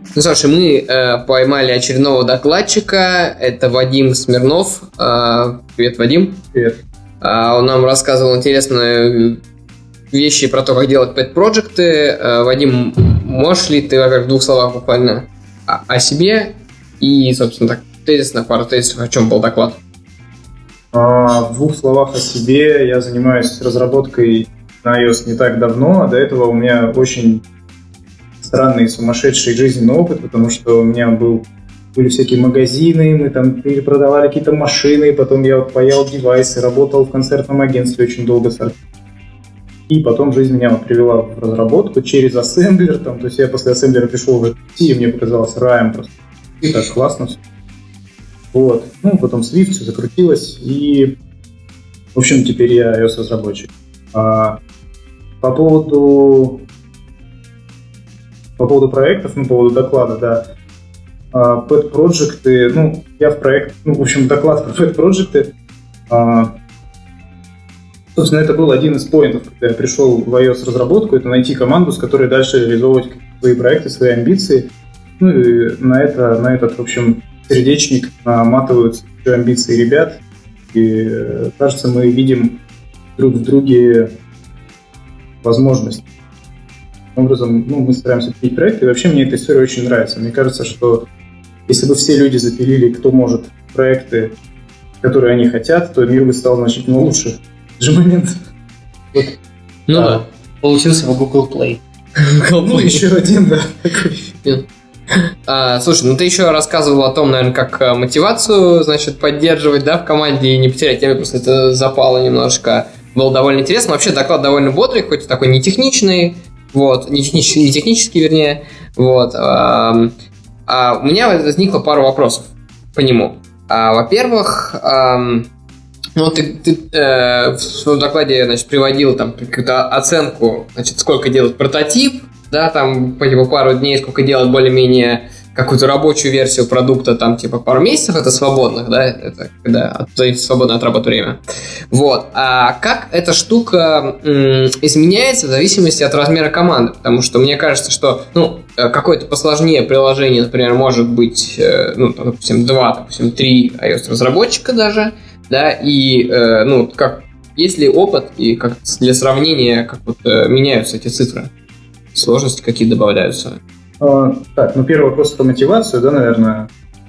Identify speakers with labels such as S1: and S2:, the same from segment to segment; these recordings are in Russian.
S1: Ну, слушай, мы поймали очередного докладчика. Это Вадим Смирнов. Привет, Вадим.
S2: Привет.
S1: Он нам рассказывал интересные вещи про то, как делать пэт-проджекты. Вадим, можешь ли ты, во-первых, в двух словах буквально о себе и, собственно, так, тезисно, пару тезисов, о чем был доклад?
S2: В двух словах о себе. Я занимаюсь разработкой на iOS не так давно, а до этого у меня очень странный, сумасшедший жизненный опыт, потому что у меня были всякие магазины, мы там перепродавали какие-то машины, потом я паял девайсы, работал в концертном агентстве очень долго. И потом жизнь меня привела в разработку через ассемблер. То есть я после ассемблера пришел в RT, и мне показалось раем просто. И так классно все. Вот. Ну, потом Swift, все закрутилось, и, в общем, теперь я iOS-разработчик. По поводу проектов, по поводу доклада, да. Pet-проджекты, я в проект, в общем, доклад про pet-проджекты. Собственно, это был один из поинтов, когда я пришел в iOS-разработку, это найти команду, с которой дальше реализовывать свои проекты, свои амбиции. Ну и на этот, в общем, сердечник наматываются амбиции ребят. И, кажется, мы видим друг в друге возможности. Таким образом, мы стараемся пилить проекты, и вообще мне эта история очень нравится. Мне кажется, что если бы все люди запилили, кто может, проекты, которые они хотят, то мир бы стал значительно лучше. В же момент.
S3: Вот. Да. Получился в Google Play.
S2: Еще один, да.
S1: Слушай, ты еще рассказывал о том, наверное, как мотивацию, поддерживать, да, в команде и не потерять. Я просто это запало немножко. Было довольно интересно. Вообще доклад довольно бодрый, хоть и такой не техничный, не технический, вернее. Вот. У меня возникло пару вопросов по нему. Во-первых, ты в своем докладе, приводил там какую-то оценку, сколько делать прототип, да, там по пару дней, сколько делать более-менее какую-то рабочую версию продукта, пару месяцев, это свободных, да, это когда свободное от работы время. Вот. А как эта штука изменяется в зависимости от размера команды? Потому что мне кажется, что, какое-то посложнее приложение, например, может быть, допустим, 2, допустим, 3 iOS-разработчика даже, да, и, есть ли опыт и как для сравнения, как меняются эти цифры? Сложности какие добавляются?
S2: Первый вопрос про мотивацию, да, наверное.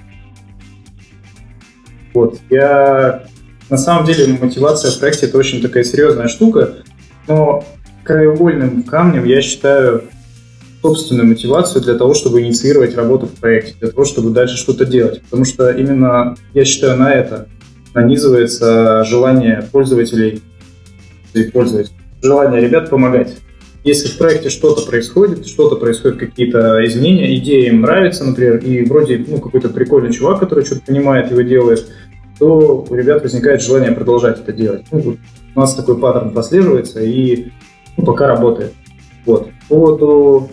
S2: Вот, на самом деле, мотивация в проекте — это очень такая серьезная штука, но краеугольным камнем я считаю собственную мотивацию для того, чтобы инициировать работу в проекте, для того, чтобы дальше что-то делать. Потому что именно, я считаю, на это нанизывается желание пользователей, желание ребят помогать. Если в проекте что-то происходит, какие-то изменения, идея им нравится, например, и вроде какой-то прикольный чувак, который что-то понимает, его делает, то у ребят возникает желание продолжать это делать. У нас такой паттерн прослеживается и пока работает. Вот. По поводу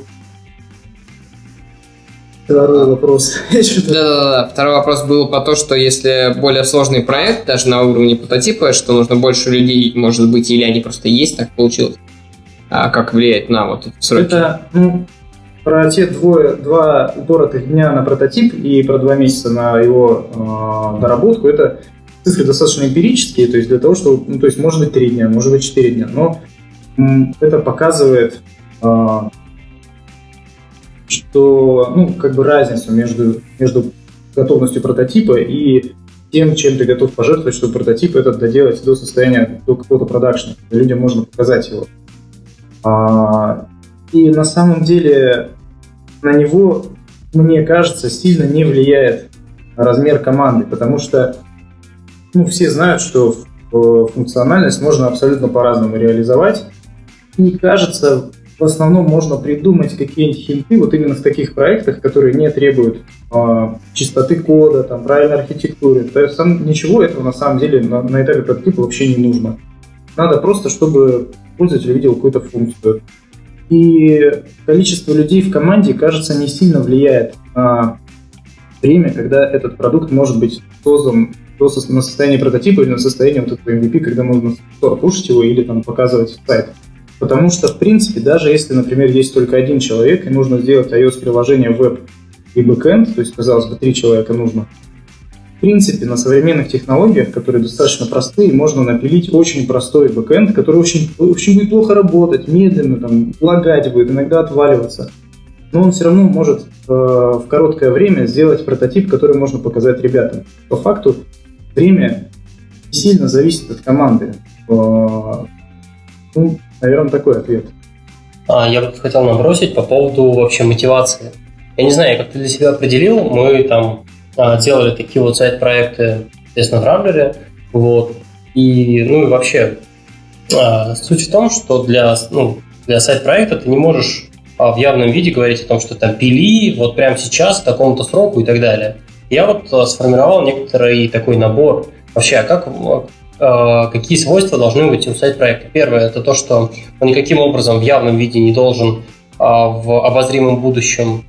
S2: второй вопрос.
S1: Да. Второй вопрос был про то, что если более сложный проект, даже на уровне прототипа, что нужно больше людей, может быть, или они просто есть, так получилось. А как влияет на эти сроки?
S2: Это, про те два упоротых дня на прототип и про 2 месяца на его доработку, это цифры достаточно эмпирические, то есть для того, чтобы, может быть 3 дня, может быть 4 дня, но это показывает, что, разницу между готовностью прототипа и тем, чем ты готов пожертвовать, чтобы прототип этот доделать до состояния, до какого-то продакшна, людям можно показать его. И на самом деле на него, мне кажется, сильно не влияет размер команды, потому что все знают, что функциональность можно абсолютно по-разному реализовать. И кажется, в основном можно придумать какие-нибудь хинты именно в таких проектах, которые не требуют чистоты кода, правильной архитектуры. То есть ничего этого на самом деле на этапе прототипа вообще не нужно. Надо просто, чтобы пользователь видел какую-то функцию. И количество людей в команде, кажется, не сильно влияет на время, когда этот продукт может быть создан на состоянии прототипа или на состоянии MVP, когда можно пушить его или показывать сайт. Потому что, в принципе, даже если, например, есть только один человек и нужно сделать iOS-приложение веб и бэкэнд, то есть, казалось бы, 3 человека нужно. В принципе, на современных технологиях, которые достаточно простые, можно напилить очень простой бэкэнд, который очень будет плохо работать, медленно, там, лагать будет, иногда отваливаться. Но он все равно может в короткое время сделать прототип, который можно показать ребятам. По факту время не сильно зависит от команды. Наверное, такой ответ.
S4: Я бы хотел набросить по поводу вообще мотивации. Я не знаю, как ты для себя определил, мы там делали такие вот сайт-проекты, естественно, в Рамблере, вот, и вообще суть в том, что для сайт-проекта ты не можешь в явном виде говорить о том, что там пили вот прямо сейчас, к такому-то сроку и так далее. Я вот сформировал некоторый такой набор вообще, какие свойства должны быть у сайт-проекта. Первое – это то, что он никаким образом в явном виде не должен в обозримом будущем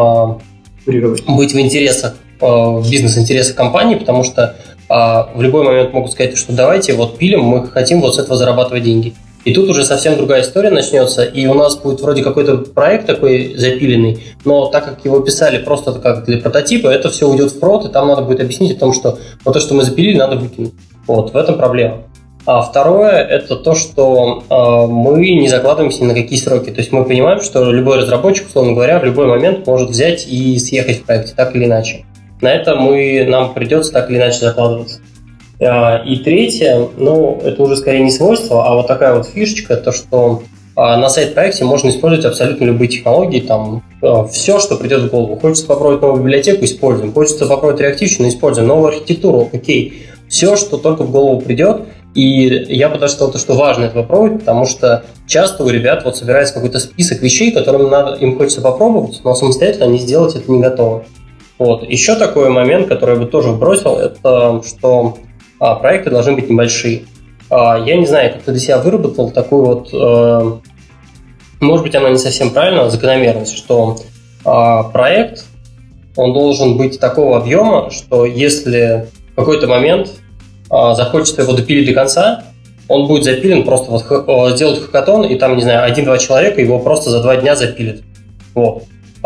S4: быть в бизнес-интересах компании, потому что в любой момент могут сказать, что давайте вот пилим, мы хотим вот с этого зарабатывать деньги. И тут уже совсем другая история начнется, и у нас будет вроде какой-то проект такой запиленный, но так как его писали просто как для прототипа, это все уйдет в прод, и там надо будет объяснить о том, что вот то, что мы запилили, надо выкинуть. Вот, в этом проблема. А второе, это то, что мы не закладываемся ни на какие сроки. То есть мы понимаем, что любой разработчик, условно говоря, в любой момент может взять и съехать в проекте, так или иначе. На это нам придется так или иначе закладываться. И третье, это уже скорее не свойство, а вот такая вот фишечка, то, что на сайт-проекте можно использовать абсолютно любые технологии, там все, что придет в голову. Хочется попробовать новую библиотеку – используем. Хочется попробовать реактивщину – используем. Новую архитектуру – окей. Все, что только в голову придет. И я бы даже сказал, что важно это попробовать, потому что часто у ребят вот собирается какой-то список вещей, которым им хочется попробовать, но самостоятельно они сделать это не готовы. Вот. Еще такой момент, который я бы тоже вбросил, это что проекты должны быть небольшие. Я не знаю, как ты для себя выработал такую вот, может быть, она не совсем правильная, закономерность, что проект, он должен быть такого объема, что если в какой-то момент захочется его допилить до конца, он будет запилен, просто вот сделают хакатон, и там, не знаю, 1-2 человека его просто за 2 дня запилят. Вот.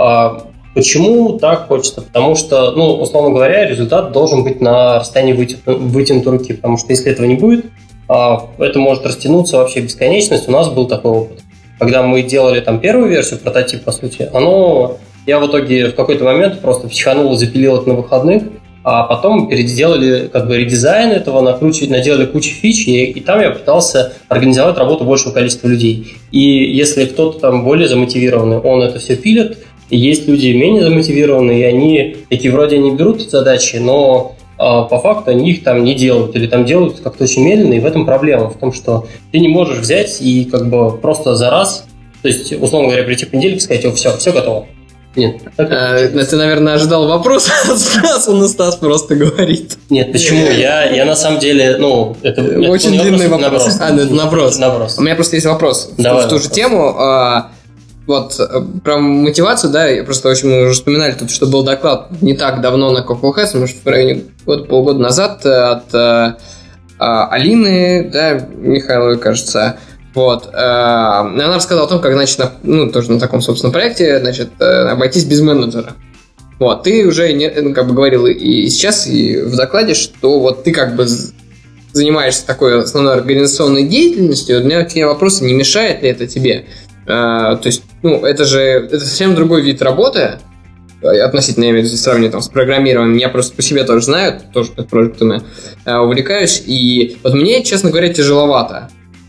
S4: Почему так хочется? Потому что, условно говоря, результат должен быть на расстоянии вытянутой руки, потому что если этого не будет, это может растянуться вообще в бесконечность. У нас был такой опыт. Когда мы делали там первую версию, прототип, по сути, я в итоге в какой-то момент просто психанул и запилил это на выходных, а потом переделали редизайн этого, наделали кучу фич, и там я пытался организовать работу большего количества людей. И если кто-то там более замотивированный, он это все пилит, и есть люди менее замотивированные, и они такие вроде не берут задачи, но по факту они их там не делают, или там делают как-то очень медленно, и в этом проблема, в том, что ты не можешь взять и просто за раз, то есть, условно говоря, прийти в понедельник и сказать, все готово. Нет.
S1: Ты, наверное, ожидал вопроса от Стаса, но Стас просто говорит.
S4: Нет, почему? Я на самом деле, это
S1: очень длинный вопрос. Наброс. У меня просто есть вопрос в ту же тему. Вот, про мотивацию, да, я просто мы уже вспоминали тут, что был доклад не так давно на CocoaHeads, может, в районе полгода назад от Алины, да, Михайловой, кажется. Вот. Она рассказала о том, как, значит, тоже на таком, собственно, проекте, значит, обойтись без менеджера. Вот. Ты уже говорил и сейчас, и в докладе, что вот ты занимаешься такой основной организационной деятельностью. У меня такие вопросы, не мешает ли это тебе? То есть, это совсем другой вид работы, относительно, я имею в виду, сравнение с программированием. Я просто по себе тоже знаю, тоже проектами увлекаюсь, и вот мне, честно говоря, тяжеловато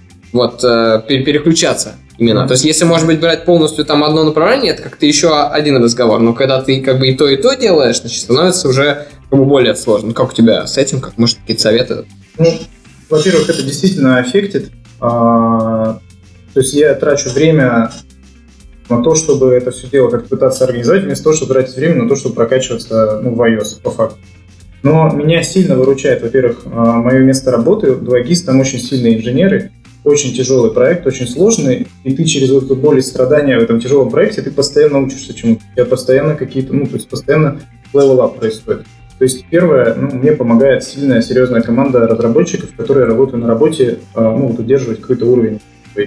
S1: переключаться именно. То есть, если, может быть, брать полностью там одно направление, это как-то еще один разговор, но когда ты и то делаешь, значит, становится уже более сложно. Как у тебя с этим, может, какие-то советы?
S2: Во-первых, это действительно аффектит. То есть я трачу время на то, чтобы это все дело как-то пытаться организовать, вместо того, чтобы тратить время на то, чтобы прокачиваться в iOS, по факту. Но меня сильно выручает, во-первых, мое место работы. 2GIS, там очень сильные инженеры, очень тяжелый проект, очень сложный, и ты через эту боль и страдания в этом тяжелом проекте, ты постоянно учишься чему-то. У тебя постоянно постоянно level-up происходит. То есть первое, мне помогает сильная, серьезная команда разработчиков, которые работают на работе, удерживать какой-то уровень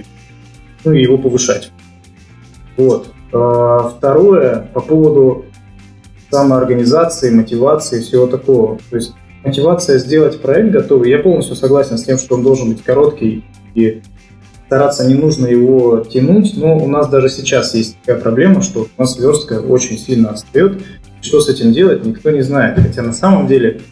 S2: и его повышать. Вот. Второе, по поводу самоорганизации, мотивации, всего такого. То есть мотивация сделать проект готовый. Я полностью согласен с тем, что он должен быть короткий и стараться не нужно его тянуть, но у нас даже сейчас есть такая проблема, что у нас верстка очень сильно отстает. Что с этим делать, никто не знает. Хотя на самом деле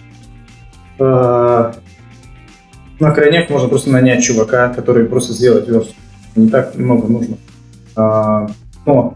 S2: на крайняк можно просто нанять чувака, который просто сделает верстку. Не так много нужно. Но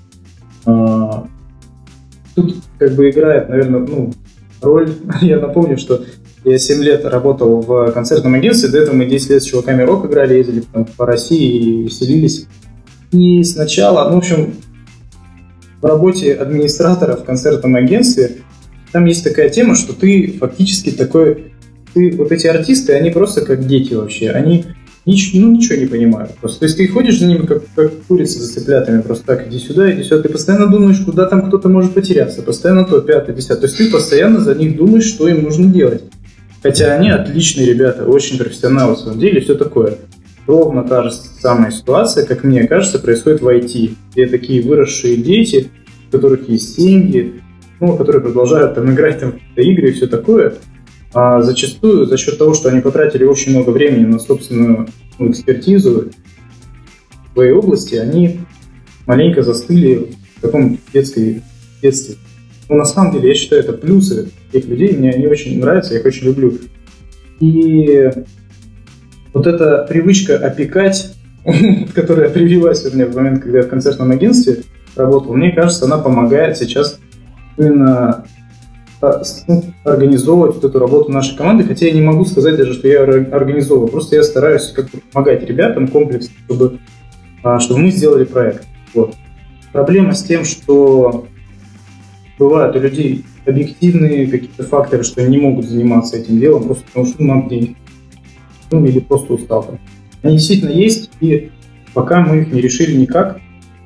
S2: тут как бы играет, наверное, роль. Я напомню, что я 7 лет работал в концертном агентстве, до этого мы 10 лет с чуваками рок играли, ездили по России и веселились. И сначала, в общем, в работе администратора в концертном агентстве там есть такая тема, что ты фактически вот эти артисты, они просто как дети вообще, они ничего не понимают. Просто. То есть ты ходишь за ними, как курица за цыплятами, просто так, иди сюда, ты постоянно думаешь, куда там кто-то может потеряться, постоянно то, 5, 10. То есть ты постоянно за них думаешь, что им нужно делать. Хотя они отличные ребята, очень профессионалы в своем деле, все такое. Ровно та же самая ситуация, как мне кажется, происходит в IT, где такие выросшие дети, у которых есть семьи, которые продолжают играть в игры и все такое. А зачастую за счет того, что они потратили очень много времени на собственную экспертизу в своей области, они маленько застыли в таком детстве. Но на самом деле я считаю, это плюсы этих людей, мне они очень нравятся, я их очень люблю. И вот эта привычка опекать, которая привилась у меня в момент, когда я в концертном агентстве работал, мне кажется, она помогает сейчас именно организовывать вот эту работу нашей команды, хотя я не могу сказать даже, что я организовываю, просто я стараюсь как-то помогать ребятам комплексно, чтобы мы сделали проект. Вот. Проблема с тем, что бывают у людей объективные какие-то факторы, что они не могут заниматься этим делом, просто потому что надо денег. Или просто устал. Они действительно есть, и пока мы их не решили никак.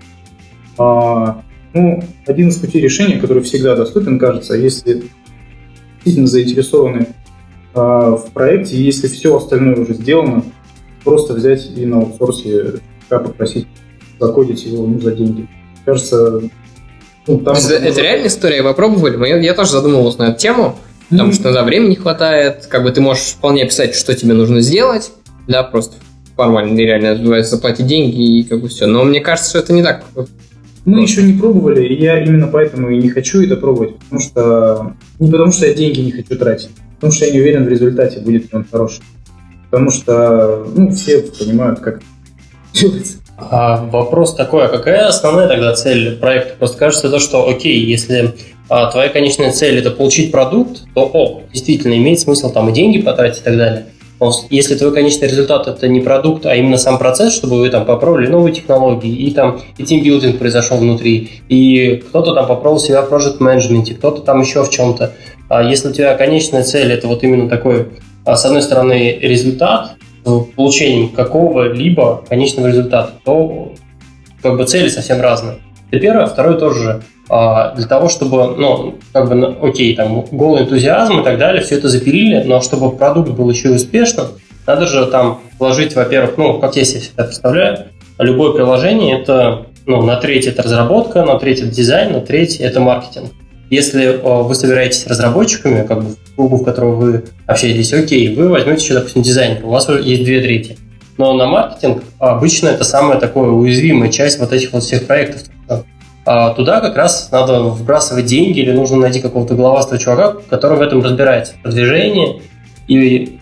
S2: Один из путей решения, который всегда доступен, кажется, если действительно заинтересованы в проекте, и если все остальное уже сделано, просто взять и на аутсорсе попросить закодить его за деньги. Кажется,
S1: это реальная история? Вы пробовали? Я тоже задумывался на эту тему, потому что иногда времени не хватает, ты можешь вполне описать, что тебе нужно сделать, да, просто формально, нереально заплатить деньги и все. Но мне кажется, что это не так.
S2: Мы еще не пробовали, и я именно поэтому и не хочу это пробовать, не потому что я деньги не хочу тратить, потому что я не уверен в результате, будет ли он хороший. Потому что, все понимают, как это делается.
S4: Вопрос такой, а какая основная тогда цель проекта? Просто кажется, что окей, если твоя конечная цель это получить продукт, то действительно имеет смысл и деньги потратить и так далее. Но если твой конечный результат это не продукт, а именно сам процесс, чтобы вы попробовали новые технологии, и тимбилдинг произошел внутри, и кто-то попробовал себя в project management, кто-то еще в чем-то. Если у тебя конечная цель это именно такой, с одной стороны, результат, получением какого-либо конечного результата, то цели совсем разные. Это первое, второе тоже для того, чтобы, голый энтузиазм и так далее, все это запилили, но чтобы продукт был еще и успешным, надо же вложить, во-первых, как я себе всегда представляю, любое приложение это, на треть это разработка, на треть это дизайн, на треть это маркетинг. Если вы собираетесь разработчиками, в кругу, в котором вы общаетесь, окей, вы возьмете еще, допустим, дизайнер, у вас есть 2/3. Но на маркетинг обычно это самая такая уязвимая часть этих всех проектов. Туда как раз надо вбрасывать деньги или нужно найти какого-то головастого чувака, который в этом разбирается. Продвижение. И,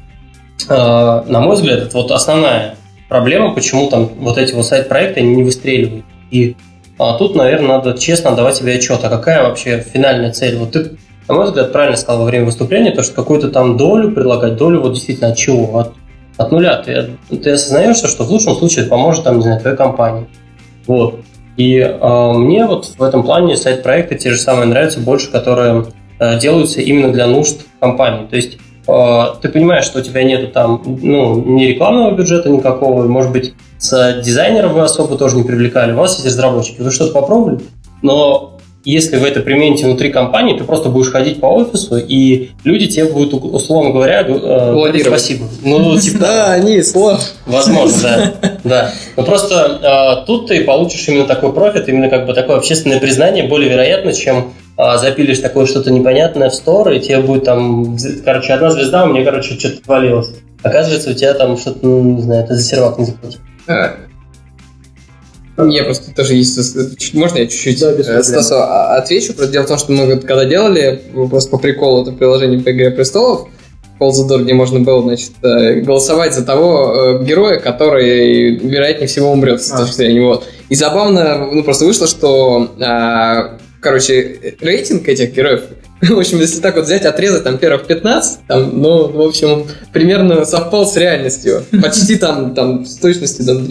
S4: на мой взгляд, это основная проблема, почему эти сайт-проекты не выстреливают. И тут, наверное, надо честно отдавать себе отчет, а какая вообще финальная цель? Ты, на мой взгляд, правильно сказал во время выступления, то, что какую-то долю предлагать, долю действительно от чего? От нуля. Ты осознаешь, что в лучшем случае это поможет твоей компании. Вот. И мне в этом плане сайт-проекты те же самые нравятся больше, которые делаются именно для нужд компании. То есть ты понимаешь, что у тебя нету ни рекламного бюджета никакого, может быть, с дизайнером вы особо тоже не привлекали, у вас есть разработчики, вы что-то попробовали, но если вы это примените внутри компании, ты просто будешь ходить по офису, и люди тебе будут, условно говоря, говорить спасибо.
S1: Да, они слов.
S4: Возможно, да. Но просто тут ты получишь именно такой профит, именно такое общественное признание более вероятно, чем запилишь такое что-то непонятное в стор, и тебе будет там, короче, 1 звезда, у меня, короче, что-то отвалилось. Оказывается, у тебя там что-то, не знаю, ты за сервак не заплатил.
S1: Я просто тоже есть... Можно я чуть-чуть
S2: Да,
S1: Стасу отвечу? Просто дело в том, что мы когда делали просто по приколу это приложение по «Игре престолов», Call the Door, где можно было, значит, голосовать за того героя, который, вероятнее всего, умрет с точки зрения. Вот. И забавно, просто вышло, что, короче, рейтинг этих героев, в общем, если так вот взять, отрезать там первых 15, там, ну, в общем, примерно совпал с реальностью. Почти там с точностью до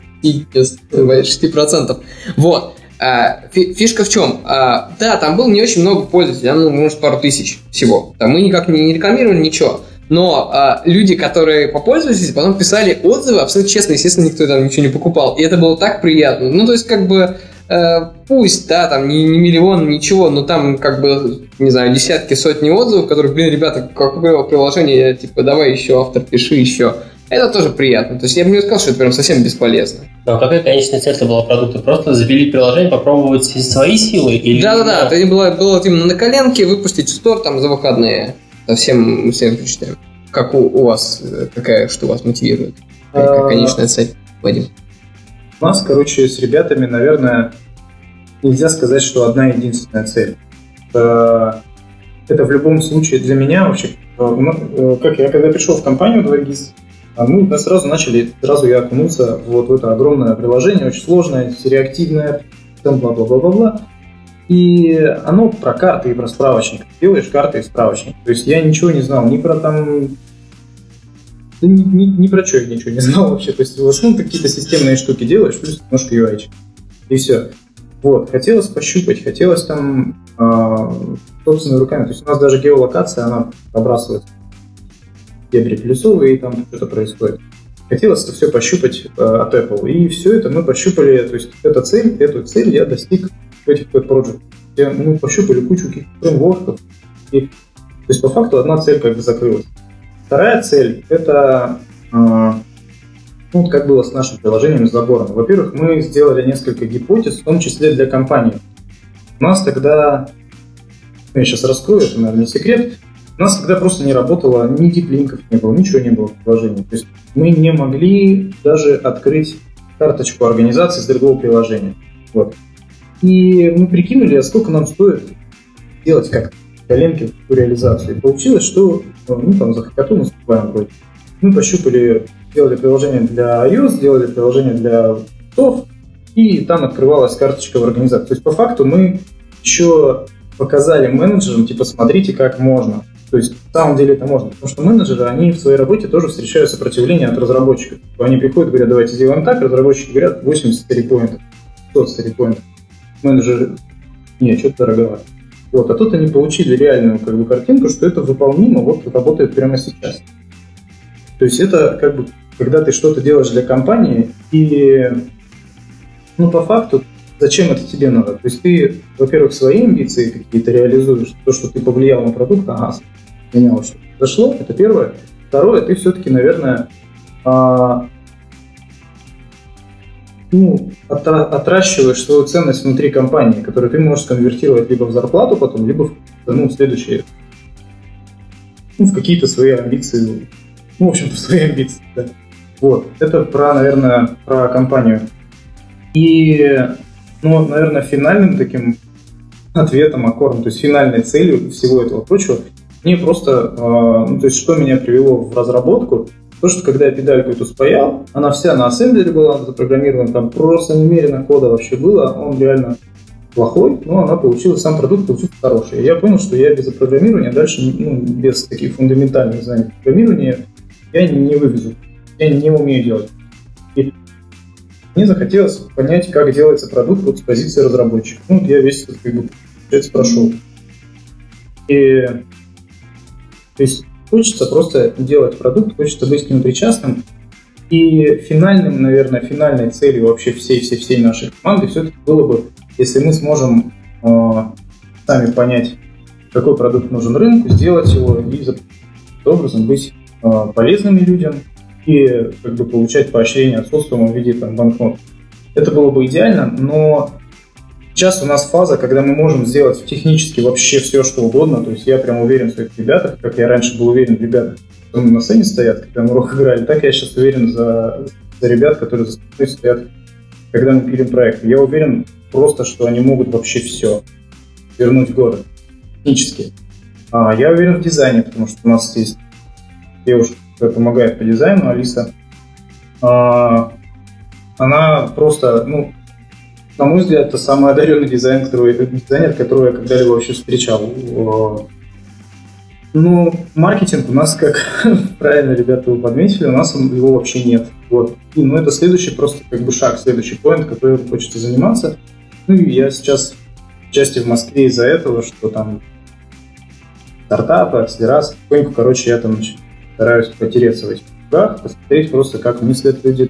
S1: 96%. Вот. Фишка в чем? Да, там было не очень много пользователей, там, может, пару тысяч всего. Там мы никак не рекламировали ничего. Но люди, которые попользовались, потом писали отзывы, абсолютно честно, естественно, никто там ничего не покупал. И это было так приятно. Ну, то есть, как бы, пусть, да, там не миллион, ничего, но там, как бы, не знаю, десятки, сотни отзывов, которые, блин, ребята, какое приложение, типа, давай еще, автор, пиши еще. Это тоже приятно. То есть я бы не сказал, что это прям совсем бесполезно.
S4: Но какая конечная цель была продукта? Просто запилить приложение, попробовать свои силы? Или...
S1: Да. Это было именно на коленке, выпустить в стор там за выходные. Всем впечатляем. Как у вас, что вас мотивирует? Какая конечная цель, Вадим?
S2: У нас, короче, с ребятами, наверное, нельзя сказать, что одна единственная цель. Это в любом случае для меня вообще... Как я когда пришел в компанию 2GIS, мы сразу я окунулся вот в это огромное приложение, очень сложное, реактивное, там бла-бла-бла-бла-бла. И оно про карты и про справочник. Делаешь карты и справочник. То есть я ничего не знал ни про там... Да ни про что я ничего не знал вообще. То есть в основном ты какие-то системные штуки делаешь, плюс немножко UI. И все. Вот. Хотелось пощупать, хотелось там собственными руками. То есть у нас даже геолокация, она пробрасывается. Дебри плюсовые, и там что-то происходит. Хотелось это все пощупать от Apple. И все это мы пощупали. То есть эту цель я достиг в этих проектах. Мы пощупали кучу каких-то фреймворков. То есть по факту одна цель как бы закрылась. Вторая цель — это как было с нашим приложением с забором. Во-первых, мы сделали несколько гипотез, в том числе для компании. У нас тогда, я сейчас раскрою, это, наверное, не секрет, у нас тогда просто не работало, ни диплинков не было, ничего не было в приложении. То есть мы не могли даже открыть карточку организации с другого приложения. Вот. И мы прикинули, сколько нам стоит делать как коленки в реализацию. И получилось, что за хакатон наступаем вроде. Мы пощупали, сделали приложение для iOS, сделали приложение для TOF, и там открывалась карточка в организации. То есть по факту мы еще показали менеджерам, типа, смотрите, как можно. То есть, на самом деле это можно, потому что менеджеры, они в своей работе тоже встречают сопротивление от разработчиков. Они приходят, говорят, давайте сделаем так, разработчики говорят, 80 старипоинтов, 100 старипоинтов. Менеджеры, нет, что-то дороговато. Вот, а тут они получили реальную картинку, что это выполнимо, вот работает прямо сейчас. То есть это когда ты что-то делаешь для компании, и по факту зачем это тебе надо? То есть ты, во-первых, свои амбиции какие-то реализуешь, то, что ты повлиял на продукт, менялось что-то. Зашло, это первое. Второе, ты все-таки, наверное, отращиваешь свою ценность внутри компании, которую ты можешь конвертировать либо в зарплату потом, либо в следующие, в какие-то свои амбиции. В общем-то, в свои амбиции, да. Вот. Это наверное, про компанию. И, наверное, финальным таким ответом, аккордом, то есть финальной целью всего этого прочего, мне просто, то есть что меня привело в разработку, то, что когда я педальку эту спаял, она вся на ассемблере была запрограммирована, там просто немерено кода вообще было, он реально плохой, но она получилась, сам продукт получился хороший. И я понял, что я без программирования дальше, без таких фундаментальных знаний программирования, я не вывезу, я не умею делать. И мне захотелось понять, как делается продукт с позиции разработчика. Я весь этот прошел. И то есть хочется просто делать продукт, хочется быть к нему причастным. И финальной целью вообще всей нашей команды все-таки было бы, если мы сможем сами понять, какой продукт нужен рынку, сделать его и таким образом быть полезными людям и получать поощрение от социума в виде банкнот. Это было бы идеально, но сейчас у нас фаза, когда мы можем сделать технически вообще все, что угодно. То есть я прям уверен в своих ребятах, как я раньше был уверен в ребятах, которые на сцене стоят, когда мы рок играли, так я сейчас уверен за ребят, которые за спиной стоят, когда мы пилим проект. Я уверен просто, что они могут вообще все вернуть в город технически. Я уверен в дизайне, потому что у нас есть девушка, которая помогает по дизайну, Алиса. Она просто, на мой взгляд, это самый одаренный дизайнер, которого я когда-либо вообще встречал. Маркетинг у нас, как правильно ребята его подметили, у нас его вообще нет. Вот. Это следующий просто шаг, следующий поинт, которым хочется заниматься. И я сейчас отчасти в Москве из-за этого, что там стартапы, акселерация, потихоньку, я там стараюсь потереться в этих кругах, посмотреть просто, как мыслят люди.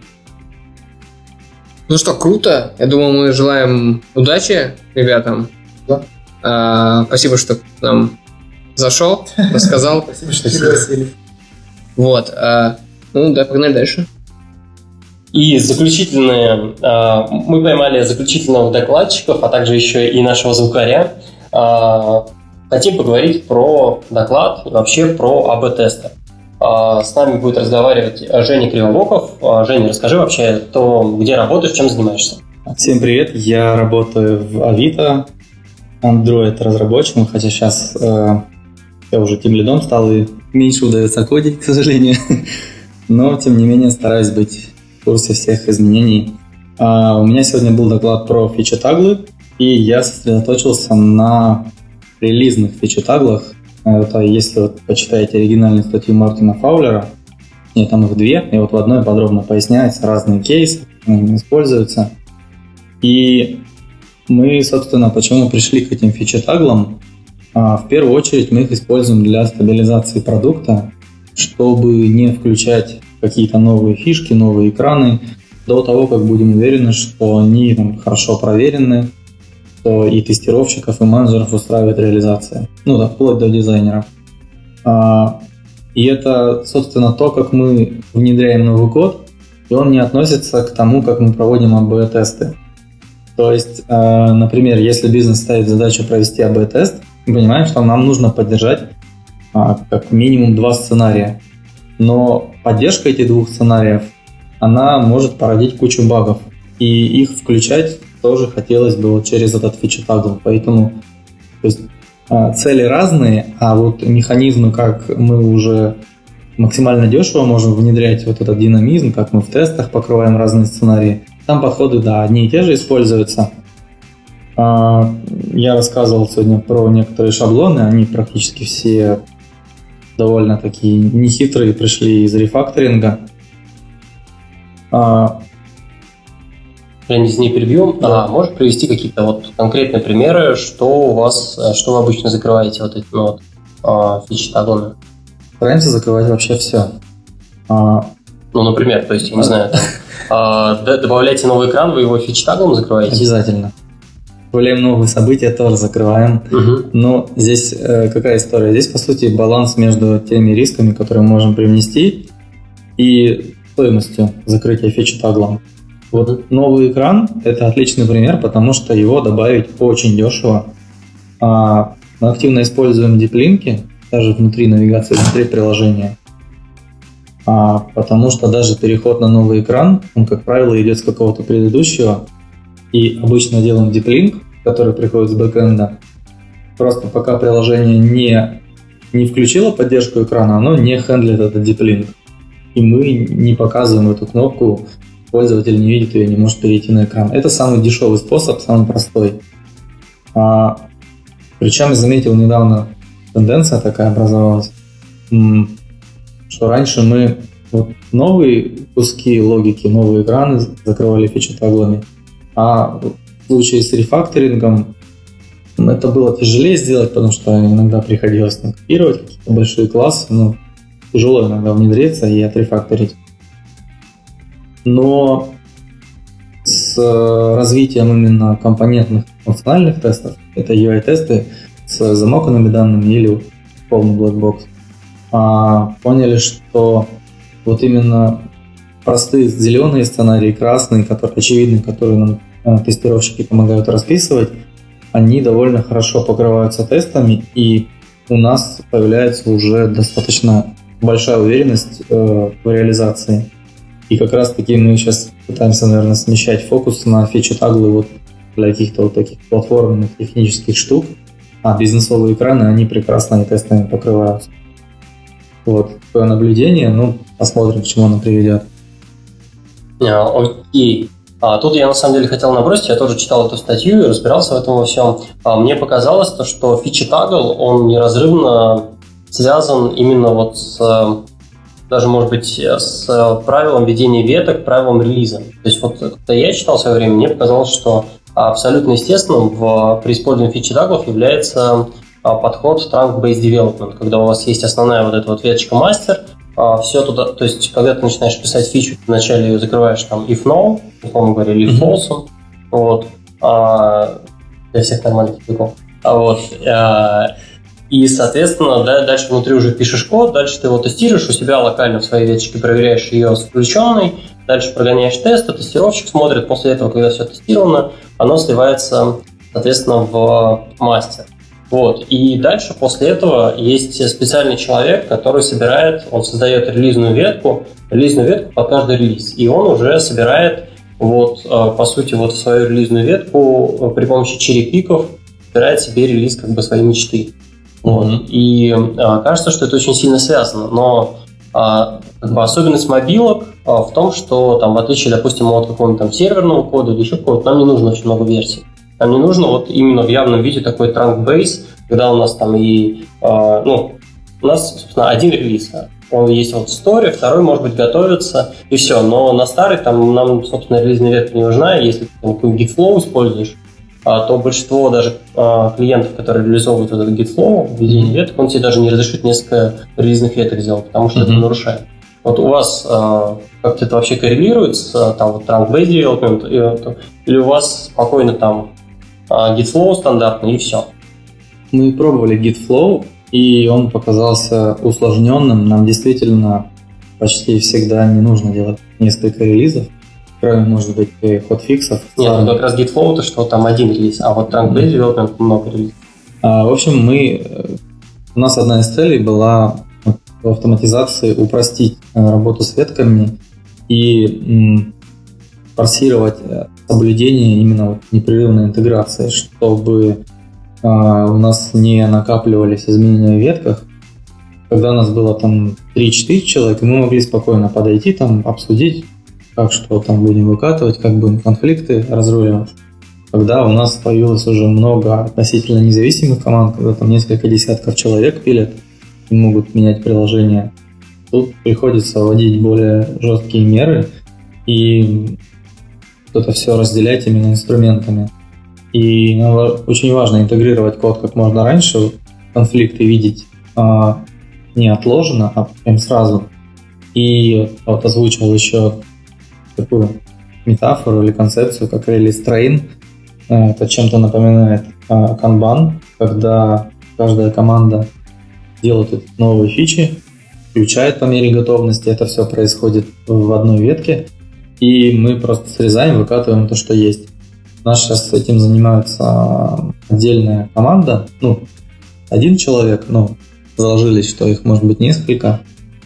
S1: Ну что, круто. Я думаю, мы желаем удачи ребятам.
S2: Да.
S1: Спасибо, что к нам зашел, рассказал.
S2: Спасибо, что пригласили.
S1: Вот. Погнали дальше.
S4: И заключительные, мы поймали заключительных докладчиков, а также еще и нашего звукаря. Хотим поговорить про доклад и вообще про АБ-тесты. С нами будет разговаривать Женя Кривобоков. Женя, расскажи вообще, где работаешь, чем занимаешься.
S3: Всем привет, я работаю в Авито, Android-разработчиком, хотя сейчас я уже тимлидом стал и меньше удается кодить, к сожалению. Но, тем не менее, стараюсь быть в курсе всех изменений. У меня сегодня был доклад про фичи-таглы, и я сосредоточился на релизных фичи-таглах. Это если почитаете оригинальную статью Мартина Фаулера, там их две, и в одной подробно поясняются разные кейсы, они используются. И мы, собственно, почему пришли к этим фичи-таглам? В первую очередь мы их используем для стабилизации продукта, чтобы не включать какие-то новые фишки, новые экраны до того, как будем уверены, что они хорошо проверены, что и тестировщиков, и менеджеров устраивает реализация. Вплоть до дизайнеров. И это, собственно, то, как мы внедряем новый код, и он не относится к тому, как мы проводим АБ-тесты. То есть, например, если бизнес ставит задачу провести АБ-тест, мы понимаем, что нам нужно поддержать как минимум 2 сценария. Но поддержка этих 2 сценариев, она может породить кучу багов. И их включать тоже хотелось бы через этот фичи-тагл. Поэтому цели разные, а механизмы, как мы уже максимально дешево можем внедрять этот динамизм, как мы в тестах покрываем разные сценарии, там подходы, одни и те же используются. Я рассказывал сегодня про некоторые шаблоны, они практически все довольно такие нехитрые, пришли из рефакторинга.
S4: Женя, не перебью.
S3: Да.
S4: Можешь привести какие-то конкретные примеры, что вы обычно закрываете эти фичи-таглами?
S3: Стараемся закрывать вообще все.
S4: Например, то есть, я не знаю, добавляете новый экран, вы его фичи-таглом закрываете?
S3: Обязательно. Добавляем новые события, тоже закрываем. Но здесь какая история? Здесь, по сути, баланс между теми рисками, которые мы можем привнести, и стоимостью закрытия фичи-таглом. Новый экран – это отличный пример, потому что его добавить очень дешево. Мы активно используем диплинки, даже внутри навигации, внутри приложения. Потому что даже переход на новый экран, он, как правило, идет с какого-то предыдущего. И обычно делаем диплинк, который приходит с бэкэнда. Просто пока приложение не включило поддержку экрана, оно не хендлит этот диплинк. И мы не показываем эту кнопку, пользователь не видит ее, не может перейти на экран. Это самый дешевый способ, самый простой. Причем я заметил недавно, тенденция такая образовалась, что раньше мы новые куски логики, новые экраны закрывали фичи-таглами, а в случае с рефакторингом это было тяжелее сделать, потому что иногда приходилось копировать какие-то большие классы, тяжело иногда внедриться и отрефакторить. Но с развитием именно компонентных функциональных тестов, это UI-тесты с замоканными данными или полный blackbox, поняли, что именно простые зеленые сценарии, красные, которые очевидны, которые нам тестировщики помогают расписывать, они довольно хорошо покрываются тестами, и у нас появляется уже достаточно большая уверенность в реализации. И как раз-таки мы сейчас пытаемся, наверное, смещать фокус на фичу-таглы вот для каких-то вот таких платформенных технических штук, а бизнесовые экраны, они прекрасно и тестами покрываются. Вот, такое наблюдение, ну, посмотрим, к чему оно приведет.
S4: Окей. Тут я на самом деле хотел набросить, я тоже читал эту статью и разбирался в этом во всем. Мне показалось, что фичи-тагл, он неразрывно связан именно вот с, даже, может быть, с правилом ведения веток, правилом релиза. То есть вот когда я читал в свое время, мне показалось, что абсолютно естественным при использовании фичи-таглов является подход trunk-based development, когда у вас есть основная вот эта вот веточка мастер, все туда, то есть, когда ты начинаешь писать фичу, ты вначале ее закрываешь там if no, условно говоря, или if false, вот, для всех нормальных языков, и, соответственно, дальше внутри уже пишешь код, дальше ты его тестируешь у себя локально в своей веточке, проверяешь ее с включенной, дальше прогоняешь тесты, тестировщик смотрит, после этого, когда все тестировано, оно сливается, соответственно, в мастер. Вот. И дальше после этого есть специальный человек, который собирает, он создает релизную ветку под каждый релиз. И он уже собирает, вот, по сути, вот свою релизную ветку при помощи черепиков, собирает себе релиз как бы своей мечты. Вот. И кажется, что это очень сильно связано. Но как бы особенность мобилок в том, что там, в отличие, допустим, от какого-нибудь там серверного кода или еще какого-то, нам не нужно очень много версий. Нам не нужно вот именно в явном виде такой trunk-base, когда у нас там и... у нас, собственно, один релиз. Он есть вот в сторе, второй, может быть, готовится, и все. Но на старый там нам, собственно, релизная ветка не нужна. Если ты какой-нибудь Gitflow используешь, то большинство даже клиентов, которые реализовывают вот этот Gitflow, введение веток, он тебе даже не разрешит несколько релизных веток сделать, потому что это нарушает. Вот у вас как-то это вообще коррелирует с там, вот, trunk-based development, или у вас спокойно там Gitflow стандартный и все?
S3: Мы пробовали Gitflow, и он показался усложненным. Нам действительно почти всегда не нужно делать несколько релизов, кроме, может быть, хотфиксов.
S4: Нет, как раз Gitflow, то что там один релиз, а вот trunk-based development много релизов.
S3: В общем, у нас одна из целей была в автоматизации упростить работу с ветками и форсировать соблюдение именно вот непрерывной интеграции, чтобы у нас не накапливались изменения в ветках. Когда у нас было там 3-4 человека, мы могли спокойно подойти, там, обсудить, как что там будем выкатывать, как будем конфликты разруливать. Когда у нас появилось уже много относительно независимых команд, когда там несколько десятков человек пилят и могут менять приложение, тут приходится вводить более жесткие меры и это все разделять именно инструментами. И очень важно интегрировать код как можно раньше, конфликты видеть не отложено, а прям сразу. И вот озвучил еще такую метафору или концепцию, как release train. Это чем-то напоминает Kanban, когда каждая команда делает новые фичи, включает по мере готовности, это все происходит в одной ветке, и мы просто срезаем, выкатываем то, что есть. У нас сейчас с этим занимается отдельная команда, один человек, заложились, что их может быть несколько,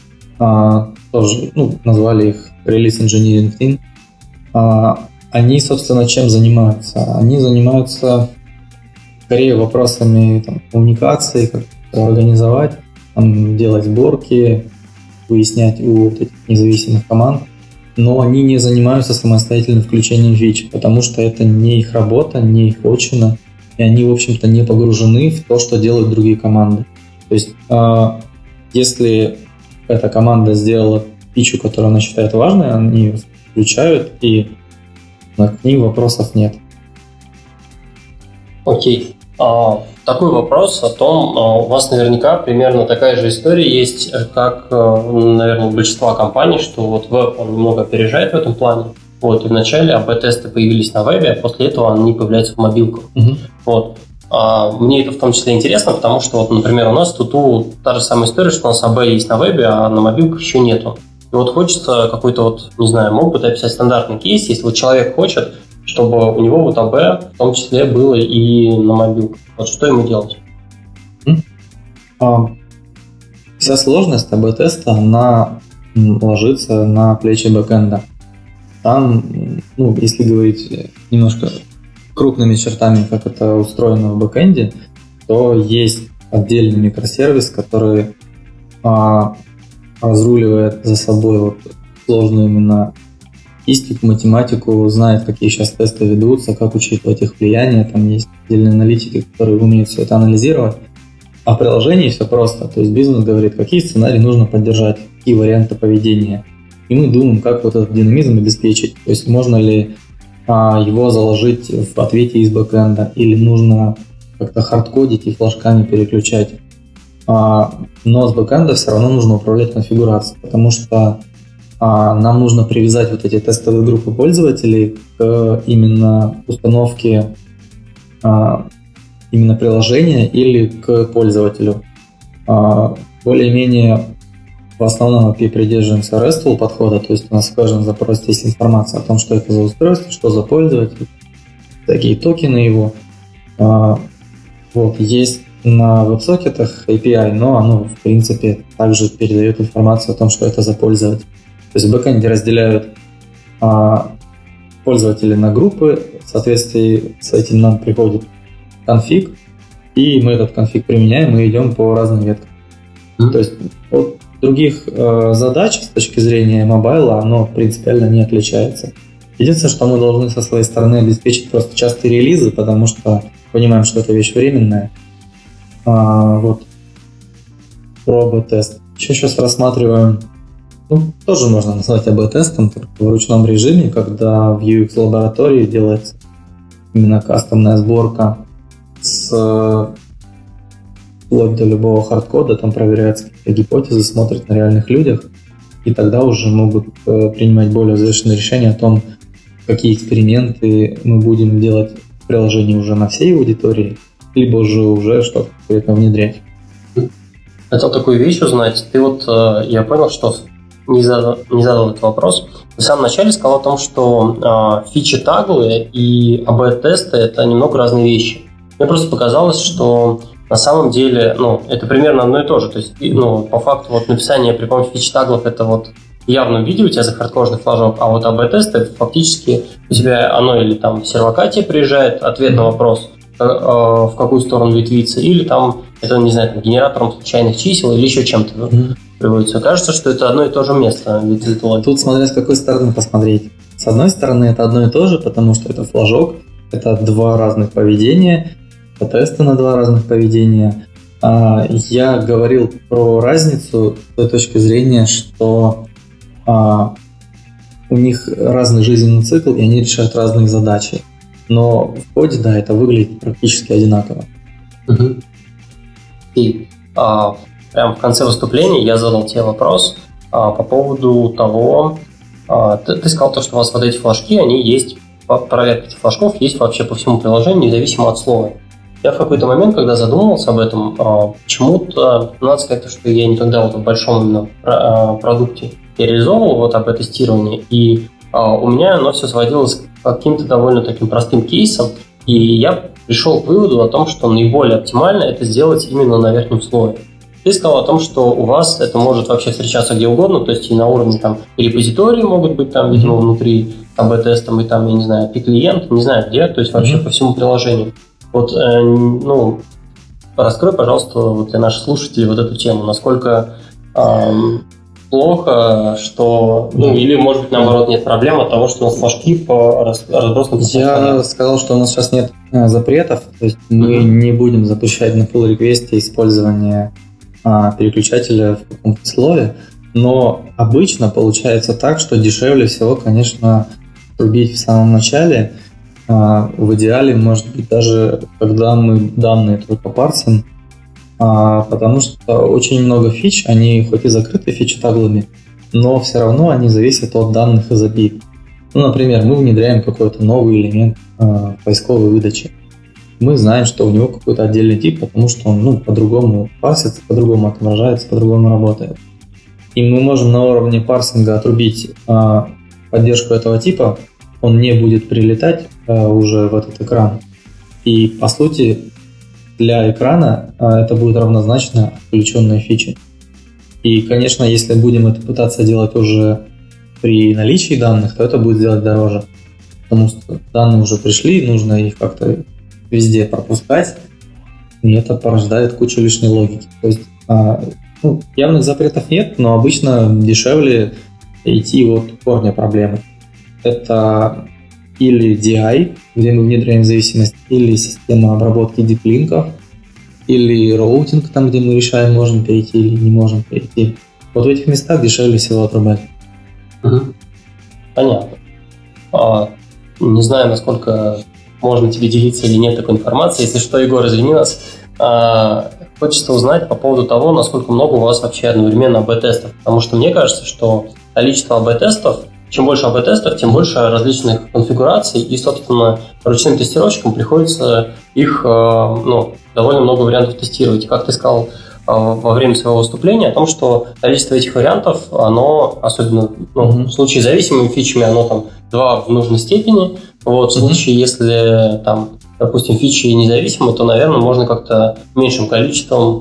S3: тоже, назвали их Release Engineering Team. Они, собственно, чем занимаются? Они занимаются скорее вопросами коммуникации, как организовать, делать сборки, выяснять у этих независимых команд, но они не занимаются самостоятельным включением фич, потому что это не их работа, не их отчина, и они, в общем-то, не погружены в то, что делают другие команды. То есть, если эта команда сделала фичу, которую она считает важной, они ее включают, и к ним вопросов нет.
S4: Окей. Такой вопрос о том, у вас наверняка примерно такая же история есть, как, наверное, у большинства компаний, что вот веб, он немного опережает в этом плане. Вот, и вначале АБ-тесты появились на вебе, а после этого они появляются в мобилках. Вот. Мне это в том числе интересно, потому что, вот, например, у нас тут та же самая история, что у нас АБ есть на вебе, а на мобилках еще нету. И вот хочется какой-то, мог бы описать стандартный кейс, если вот человек хочет чтобы у него вот АБ в том числе было и на мобилках. Вот что ему делать?
S3: Вся сложность АБ-теста, она ложится на плечи бэкэнда. Там, если говорить немножко крупными чертами, как это устроено в бэкэнде, то есть отдельный микросервис, который разруливает за собой вот сложную именно статистику, математику, знает, какие сейчас тесты ведутся, как учитывать их влияние. Там есть отдельные аналитики, которые умеют все это анализировать. А в приложении все просто. То есть бизнес говорит, какие сценарии нужно поддержать, какие варианты поведения. И мы думаем, как вот этот динамизм обеспечить. То есть можно ли его заложить в ответе из бэкэнда, или нужно как-то хардкодить и флажками переключать. Но с бэкэнда все равно нужно управлять конфигурацией, потому что нам нужно привязать вот эти тестовые группы пользователей к именно установке именно приложения или к пользователю. Более-менее в основном API придерживаемся RESTful подхода, то есть у нас в каждом запросе есть информация о том, что это за устройство, что за пользователь, такие токены его. Вот, есть на веб-сокетах API, но оно, в принципе, также передает информацию о том, что это за пользователь. То есть в бэкэнде разделяют пользователей на группы, в соответствии с этим нам приходит конфиг, и мы этот конфиг применяем и идем по разным веткам. То есть от других задач с точки зрения мобайла оно принципиально не отличается. Единственное, что мы должны со своей стороны обеспечить просто частые релизы, потому что понимаем, что это вещь временная. Вот. Про АБ-тест. Еще сейчас рассматриваем, тоже можно назвать АБ-тестом, только в ручном режиме, когда в UX-лаборатории делается именно кастомная сборка вплоть до любого хардкода, там проверяются какие-то гипотезы, смотрят на реальных людях, и тогда уже могут принимать более взвешенные решения о том, какие эксперименты мы будем делать в приложении уже на всей аудитории, либо же уже что-то конкретно внедрять.
S4: Хотел такую вещь узнать. Ты я понял, что не задал этот вопрос. В самом начале сказал о том, что фичи-таглы и АБ-тесты — это немного разные вещи. Мне просто показалось, что на самом деле, это примерно одно и то же. То есть, по факту, написание при помощи фич-таглов — это в явном виде у тебя захардкоженный флажок, а АБ-тесты — фактически у тебя оно или там в сервака тебе приезжает ответ на вопрос, в какую сторону ветвиться, или там это, не знаю, генератором случайных чисел или еще чем-то приводится. Кажется, что это одно и то же место.
S3: Тут смотря с какой стороны посмотреть. С одной стороны, это одно и то же, потому что это флажок, это два разных поведения, тесты на два разных поведения. Я говорил про разницу с той точки зрения, что у них разный жизненный цикл, и они решают разные задачи. Но в коде, да, это выглядит практически одинаково.
S4: И прямо в конце выступления я задал тебе вопрос по поводу того, ты сказал, что у вас эти флажки, они есть, проверка этих флажков есть вообще по всему приложению, независимо от слова. Я в какой-то момент, когда задумывался об этом, почему-то, надо сказать, что я никогда в большом именно продукте я реализовывал АБ-тестирование, и у меня оно все сводилось к каким-то довольно таким простым кейсам, и я пришел к выводу о том, что наиболее оптимально это сделать именно на верхнем слое. Ты сказал о том, что у вас это может вообще встречаться где угодно, то есть и на уровне там репозитории могут быть там, видимо, внутри АБ-тестом, и там, я не знаю, API-клиент, не знаю где, то есть вообще по всему приложению. Раскрой, пожалуйста, для наших слушателей эту тему, насколько плохо, что... или, может быть, наоборот, нет проблем от того, что у нас флажки разбросаны по
S3: Я сказал, что у нас сейчас нет запретов, то есть мы не будем запрещать на pull request использование переключателя в каком-то слое, но обычно получается так, что дешевле всего, конечно, рубить в самом начале. В идеале, может быть, даже когда мы данные только парсим, потому что очень много фич, они хоть и закрыты фич-таглами, но все равно они зависят от данных из API. Например, мы внедряем какой-то новый элемент поисковой выдачи. Мы знаем, что у него какой-то отдельный тип, потому что он по-другому парсится, по-другому отображается, по-другому работает. И мы можем на уровне парсинга отрубить поддержку этого типа, он не будет прилетать уже в этот экран. И, по сути, для экрана это будет равнозначно включенной фиче. И, конечно, если будем это пытаться делать уже при наличии данных, то это будет сделать дороже. Потому что данные уже пришли, нужно их как-то везде пропускать, и это порождает кучу лишней логики. То есть явных запретов нет, но обычно дешевле идти от корня проблемы. Это или DI, где мы внедряем зависимость, или система обработки диплинков, или роутинг, там, где мы решаем, можем перейти или не можем перейти. Вот в этих местах дешевле всего отрубать.
S4: Понятно. Не знаю, насколько можно тебе делиться или нет такой информации. Если что, Егор, извини нас. Хочется узнать по поводу того, насколько много у вас вообще одновременно АБ-тестов. Потому что мне кажется, что количество АБ-тестов, чем больше АБ-тестов, тем больше различных конфигураций, и, собственно, ручным тестировщикам приходится их довольно много вариантов тестировать. И как ты сказал во время своего выступления, о том, что количество этих вариантов, оно, особенно в случае с зависимыми фичами, оно там 2 в нужной степени. Вот, в случае, если там, допустим, фичи независимы, то, наверное, можно как-то меньшим количеством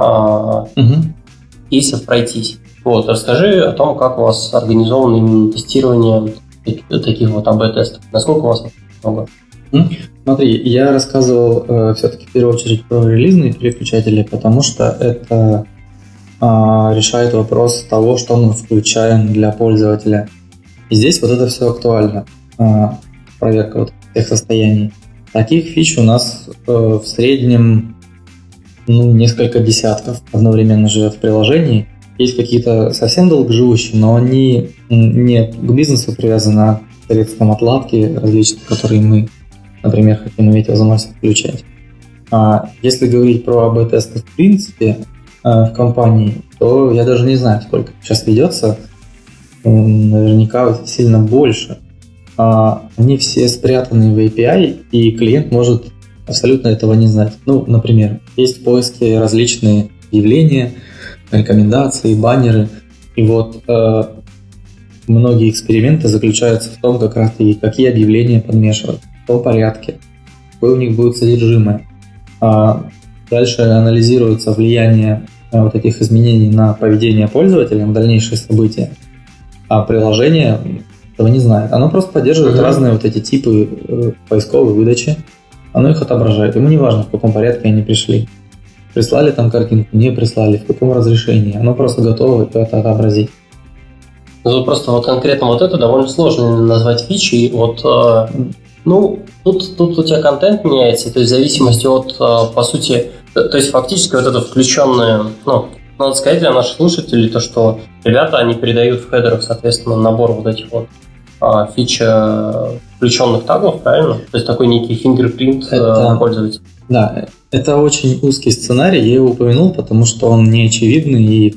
S4: кейсов пройтись. Вот, расскажи о том, как у вас организовано именно тестирование таких вот АБ-тестов. Насколько у вас много?
S3: Смотри, я рассказывал все-таки в первую очередь про релизные переключатели, потому что это решает вопрос того, что мы включаем для пользователя. И здесь вот это все актуально. Проверка вот всех состояний. Таких фич у нас в среднем несколько десятков одновременно живет в приложении. Есть какие-то совсем долгоживущие, но они не к бизнесу привязаны, а к средствам отладки различных, которые мы, например, хотим иметь возможность включать. Если говорить про АБ-тесты в принципе в компании, то я даже не знаю, сколько сейчас ведется. Наверняка сильно больше. Они все спрятаны в API, и клиент может абсолютно этого не знать. Например, есть в поиске различные явления, рекомендации, баннеры. И вот многие эксперименты заключаются в том, как раз и какие объявления подмешивать, в каком порядке, какое у них будет содержимое. Дальше анализируется влияние вот этих изменений на поведение пользователя, на дальнейшие события. А приложение этого не знает. Оно просто поддерживает разные вот эти типы поисковой выдачи. Оно их отображает. Ему не важно, в каком порядке они пришли. Прислали там картинку, не прислали, в каком разрешении. Оно просто готово это отобразить.
S4: Просто вот конкретно вот это довольно сложно назвать фичей. Вот, тут у тебя контент меняется, то есть в зависимости от, по сути, то есть фактически вот это включенное, надо сказать для наших слушателей, то, что ребята, они передают в хедерах, соответственно, набор вот этих вот фич включенных тагов, правильно? То есть такой некий фингерпринт пользователя.
S3: Да, это очень узкий сценарий, я его упомянул, потому что он не очевидный и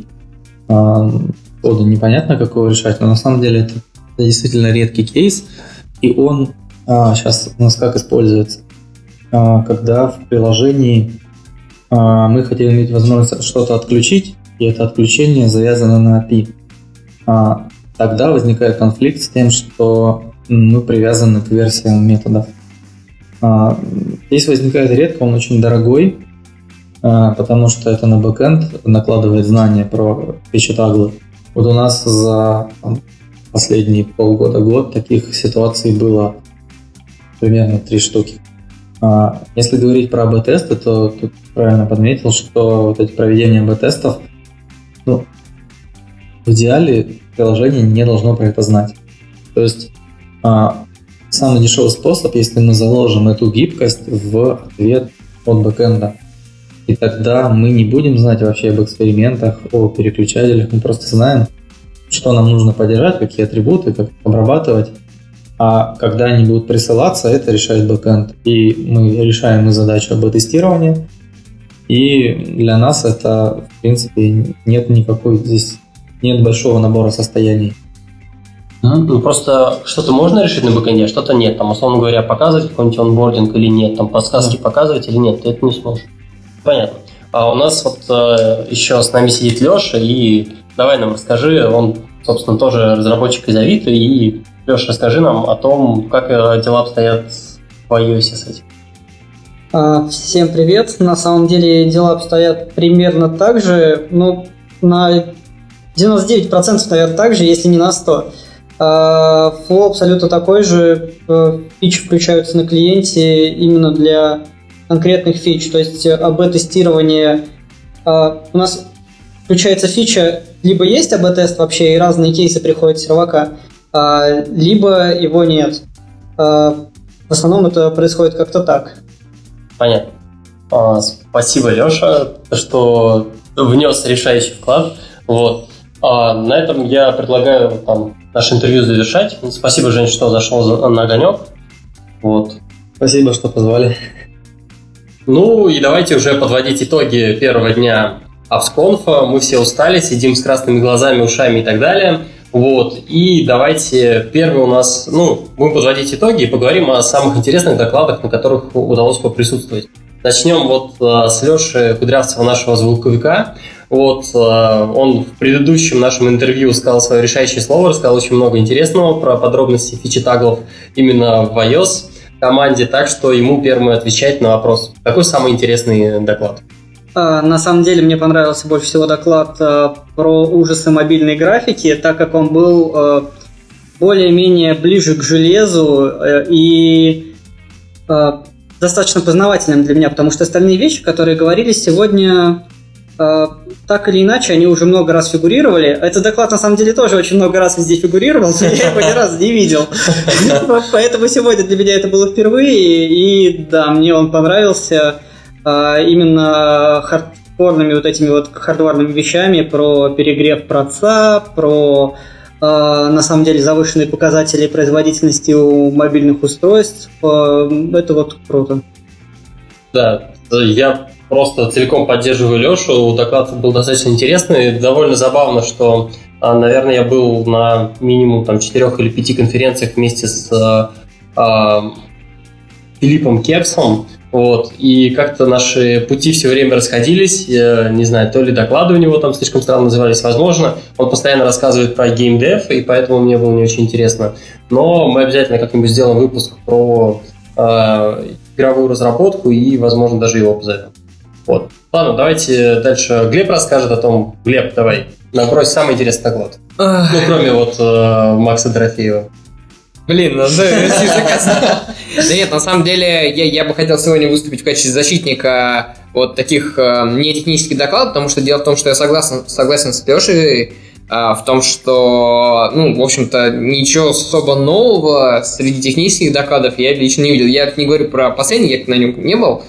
S3: сходу непонятно, как его решать, но на самом деле это действительно редкий кейс, и он сейчас у нас как используется? Когда в приложении мы хотим иметь возможность что-то отключить, и это отключение завязано на API. Тогда возникает конфликт с тем, что мы привязаны к версиям методов. Здесь возникает редко, он очень дорогой, потому что это на бэкэнд накладывает знания про фичи-таглы. Вот у нас за последние полгода-год таких ситуаций было примерно 3 штуки. Если говорить про АБ-тесты, то тут правильно подметил, что вот эти проведения АБ-тестов, в идеале приложение не должно про это знать. То есть самый дешевый способ, если мы заложим эту гибкость в ответ от бэкэнда. И тогда мы не будем знать вообще об экспериментах, о переключателях, мы просто знаем, что нам нужно поддержать, какие атрибуты, как обрабатывать. А когда они будут присылаться, это решает бэкэнд. И мы решаем и задачу АБ-тестирования. И для нас это, в принципе, нет большого набора состояний.
S4: Просто что-то можно решить на бэкэнде, а что-то нет. Там, условно говоря, показывать какой-нибудь онбординг или нет, там подсказки показывать или нет, ты это не сможешь. Понятно. А у нас вот еще с нами сидит Леша, и давай нам расскажи, он собственно, тоже разработчик из Авито. И, Леш, расскажи нам о том, как дела обстоят в iOS с этим.
S5: Всем привет. На самом деле дела обстоят примерно так же, на 99%, наверное, так же, если не на 100%. Флоу абсолютно такой же. Фичи включаются на клиенте именно для конкретных фич. То есть АБ-тестирование... У нас включается фича, либо есть АБ-тест вообще, и разные кейсы приходят с сервака, либо его нет. В основном это происходит как-то так.
S4: Понятно. Спасибо, Леша, что внес решающий вклад. Вот. На этом я предлагаю наше интервью завершать. Спасибо, Жень, что зашел на огонек. Вот.
S3: Спасибо, что позвали.
S4: Ну и давайте уже подводить итоги первого дня AppsConf. Мы все устали, сидим с красными глазами, ушами и так далее. Вот. И давайте первый у нас, будем подводить итоги и поговорим о самых интересных докладах, на которых удалось поприсутствовать. Начнем с Леши Кудрявцева, нашего звуковика. Он в предыдущем нашем интервью сказал свое решающее слово, рассказал очень много интересного про подробности фичи таглов именно в iOS команде, так что ему первому отвечать на вопрос. Какой самый интересный доклад?
S5: На самом деле мне понравился больше всего доклад про ужасы мобильной графики, так как он был более-менее ближе к железу и достаточно познавательным для меня, потому что остальные вещи, которые говорились сегодня, так или иначе, они уже много раз фигурировали. Этот доклад, на самом деле, тоже очень много раз везде фигурировал, но я его ни разу не видел. Поэтому сегодня для меня это было впервые, и да, мне он понравился именно хардкорными этими хардварными вещами про перегрев проца, про на самом деле завышенные показатели производительности у мобильных устройств. Это круто.
S4: Да, я просто целиком поддерживаю Лешу. Доклад был достаточно интересный. Довольно забавно, что, наверное, я был на минимум 4 или 5 конференциях вместе с Филиппом Кепсом. И как-то наши пути все время расходились. Я не знаю, то ли доклады у него слишком странно назывались, возможно. Он постоянно рассказывает про геймдев, и поэтому мне было не очень интересно. Но мы обязательно как-нибудь сделаем выпуск про игровую разработку и, возможно, даже его позовем. Ладно, давайте дальше. Глеб расскажет о том. Глеб, давай, набрось самый интересный доклад. Кроме Макса Дорофеева.
S1: Блин, с языка снял. Да нет, на самом деле, я бы хотел сегодня выступить в качестве защитника таких нетехнических докладов, потому что дело в том, что я согласен с Лешей в том, что, в общем-то, ничего особо нового среди технических докладов я лично не видел. Я не говорю про последний, я на нем не был.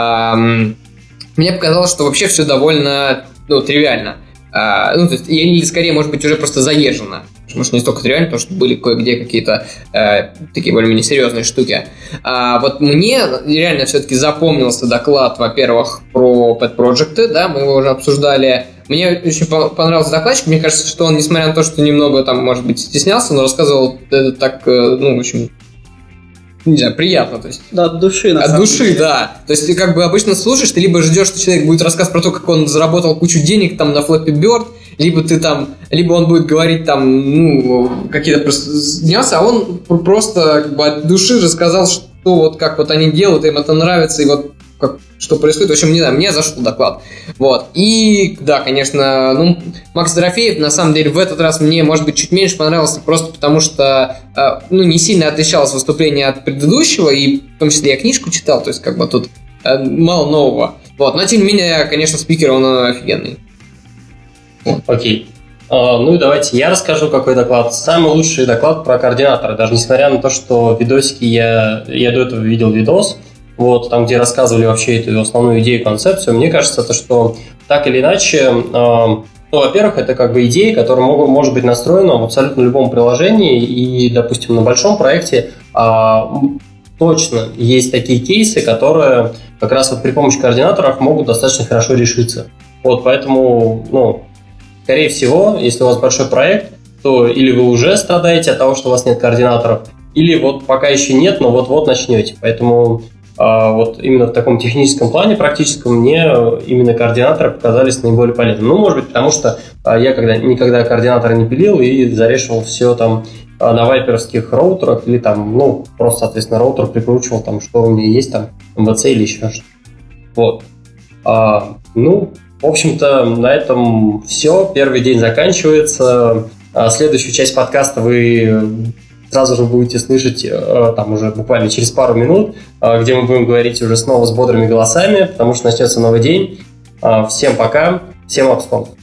S1: Мне показалось, что вообще все довольно, тривиально. То есть, или скорее, может быть, уже просто заезжено. Может, не столько тривиально, потому что были кое-где какие-то такие более-менее серьезные штуки. Мне реально все-таки запомнился доклад, во-первых, про Pet Project, да, мы его уже обсуждали. Мне очень понравился докладчик. Мне кажется, что он, несмотря на то, что немного может быть, стеснялся, но рассказывал это так, в общем, не знаю, приятно, то есть.
S5: Да, от души, на
S1: самом деле. От души, да. То есть ты обычно слушаешь, ты либо ждешь, что человек будет рассказывать про то, как он заработал кучу денег на Flappy Bird, либо он будет говорить какие-то просто нюансы, а он просто от души рассказал, что как они делают, им это нравится, и что происходит. В общем, не знаю, мне зашел доклад. И, да, конечно, Макс Дорофеев, на самом деле, в этот раз мне, может быть, чуть меньше понравился, просто потому что, не сильно отличалось выступление от предыдущего, и в том числе я книжку читал, то есть, тут мало нового. Но, тем не менее, конечно, спикер, он офигенный.
S4: Окей. И давайте я расскажу, какой доклад. Самый лучший доклад про координаторы, даже несмотря на то, что видосики я до этого видел видос, там, где рассказывали вообще эту основную идею, концепцию. Мне кажется, что так или иначе, во-первых, это идея, которая может быть настроена в абсолютно любом приложении, и, допустим, на большом проекте точно есть такие кейсы, которые как раз при помощи координаторов могут достаточно хорошо решиться. Поэтому, скорее всего, если у вас большой проект, то или вы уже страдаете от того, что у вас нет координаторов, или пока еще нет, но вот-вот начнете. Поэтому вот именно в таком техническом плане, практическом, мне именно координаторы показались наиболее полезными. Ну, может быть, потому что я никогда координатора не пилил и зарешивал все там на вайперских роутерах или там, ну, просто, соответственно, роутер прикручивал там, что у меня есть там, МВЦ или еще что-то. Вот. Ну, в общем-то, на этом все. Первый день заканчивается. Следующую часть подкаста вы сразу же будете слышать там уже буквально через пару минут, где мы будем говорить уже снова с бодрыми голосами, потому что начнется новый день. Всем пока, всем обскон.